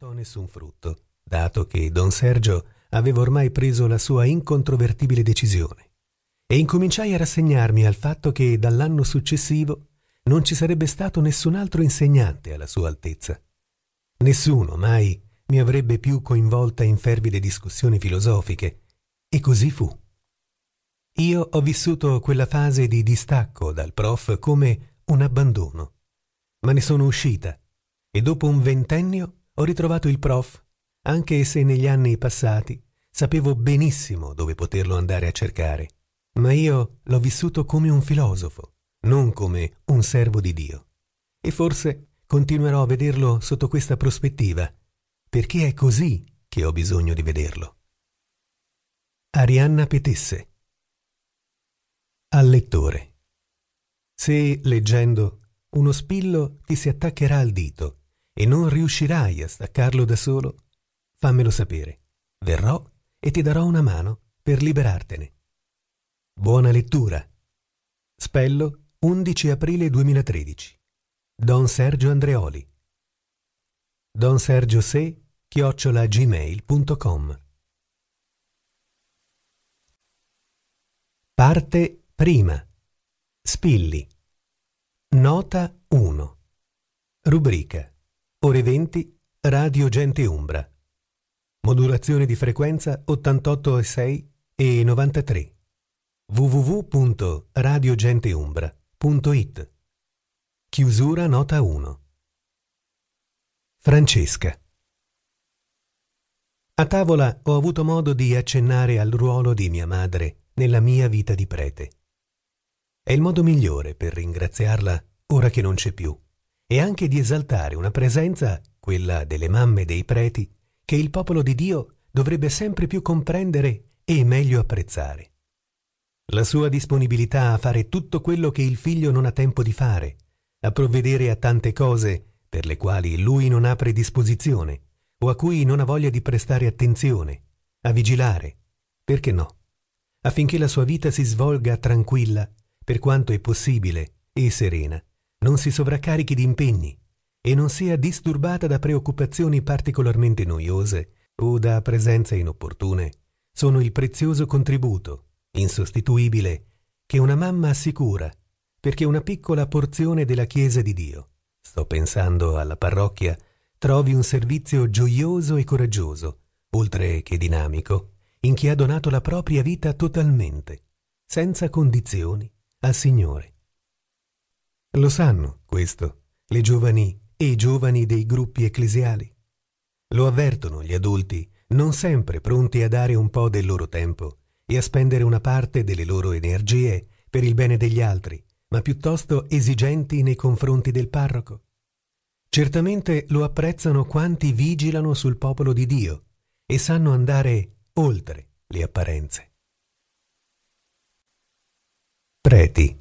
portò nessun frutto, dato che don Sergio aveva ormai preso la sua incontrovertibile decisione, e incominciai a rassegnarmi al fatto che dall'anno successivo non ci sarebbe stato nessun altro insegnante alla sua altezza. Nessuno mai mi avrebbe più coinvolta in fervide discussioni filosofiche, e così fu. Io ho vissuto quella fase di distacco dal prof come un abbandono, ma ne sono uscita e dopo un 20ennio ho ritrovato il prof, anche se negli anni passati sapevo benissimo dove poterlo andare a cercare, ma io l'ho vissuto come un filosofo, non come un servo di Dio. E forse continuerò a vederlo sotto questa prospettiva, perché è così che ho bisogno di vederlo. Arianna Petesse. Al lettore. Se, leggendo, uno spillo ti si attaccherà al dito e non riuscirai a staccarlo da solo, fammelo sapere. Verrò e ti darò una mano per liberartene. Buona lettura. Spello, 11 aprile 2013. Don Sergio Andreoli. donsergiose@gmail.com. Parte prima. Spilli. Nota 1. Rubrica. Ore 20. Radio Gente Umbra. Modulazione di frequenza 88,6 e 93. www.radiogenteumbra.it. Chiusura nota 1. Francesca. A tavola ho avuto modo di accennare al ruolo di mia madre nella mia vita di prete. È il modo migliore per ringraziarla ora che non c'è più, e anche di esaltare una presenza, quella delle mamme dei preti, che il popolo di Dio dovrebbe sempre più comprendere e meglio apprezzare. La sua disponibilità a fare tutto quello che il figlio non ha tempo di fare, a provvedere a tante cose per le quali lui non ha predisposizione o a cui non ha voglia di prestare attenzione, a vigilare, perché no, affinché la sua vita si svolga tranquilla, per quanto è possibile, e serena, non si sovraccarichi di impegni e non sia disturbata da preoccupazioni particolarmente noiose o da presenze inopportune, sono il prezioso contributo, insostituibile, che una mamma assicura, perché una piccola porzione della Chiesa di Dio, sto pensando alla parrocchia, trovi un servizio gioioso e coraggioso, oltre che dinamico, in chi ha donato la propria vita totalmente, senza condizioni, al Signore. Lo sanno questo le giovani e i giovani dei gruppi ecclesiali. Lo avvertono gli adulti, non sempre pronti a dare un po' del loro tempo e a spendere una parte delle loro energie per il bene degli altri, ma piuttosto esigenti nei confronti del parroco. Certamente lo apprezzano quanti vigilano sul popolo di Dio e sanno andare oltre le apparenze. Preti.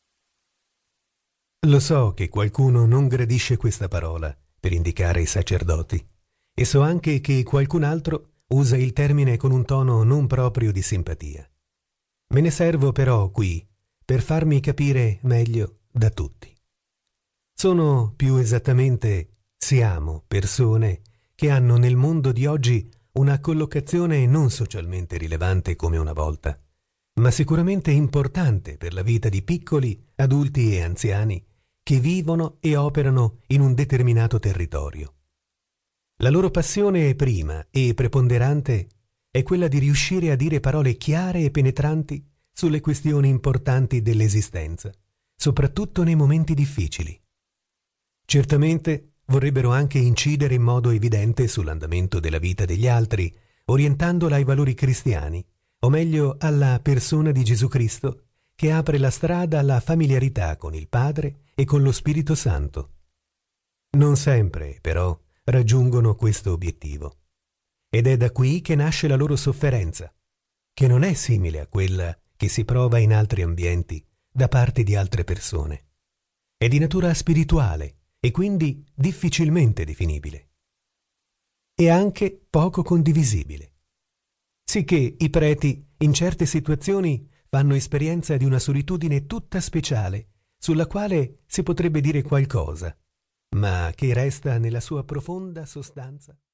Lo so che qualcuno non gradisce questa parola per indicare i sacerdoti, e so anche che qualcun altro usa il termine con un tono non proprio di simpatia. Me ne servo però qui per farmi capire meglio da tutti. Sono più esattamente, siamo persone che hanno nel mondo di oggi una collocazione non socialmente rilevante come una volta, ma sicuramente importante per la vita di piccoli, adulti e anziani che vivono e operano in un determinato territorio. La loro passione prima e preponderante è quella di riuscire a dire parole chiare e penetranti sulle questioni importanti dell'esistenza, soprattutto nei momenti difficili. Certamente vorrebbero anche incidere in modo evidente sull'andamento della vita degli altri, orientandola ai valori cristiani, o meglio alla persona di Gesù Cristo, che apre la strada alla familiarità con il Padre e con lo Spirito Santo. Non sempre, però, raggiungono questo obiettivo. Ed è da qui che nasce la loro sofferenza, che non è simile a quella che si prova in altri ambienti da parte di altre persone. È di natura spirituale e quindi difficilmente definibile. E anche poco condivisibile. Sicché i preti, in certe situazioni, fanno esperienza di una solitudine tutta speciale, sulla quale si potrebbe dire qualcosa, ma che resta nella sua profonda sostanza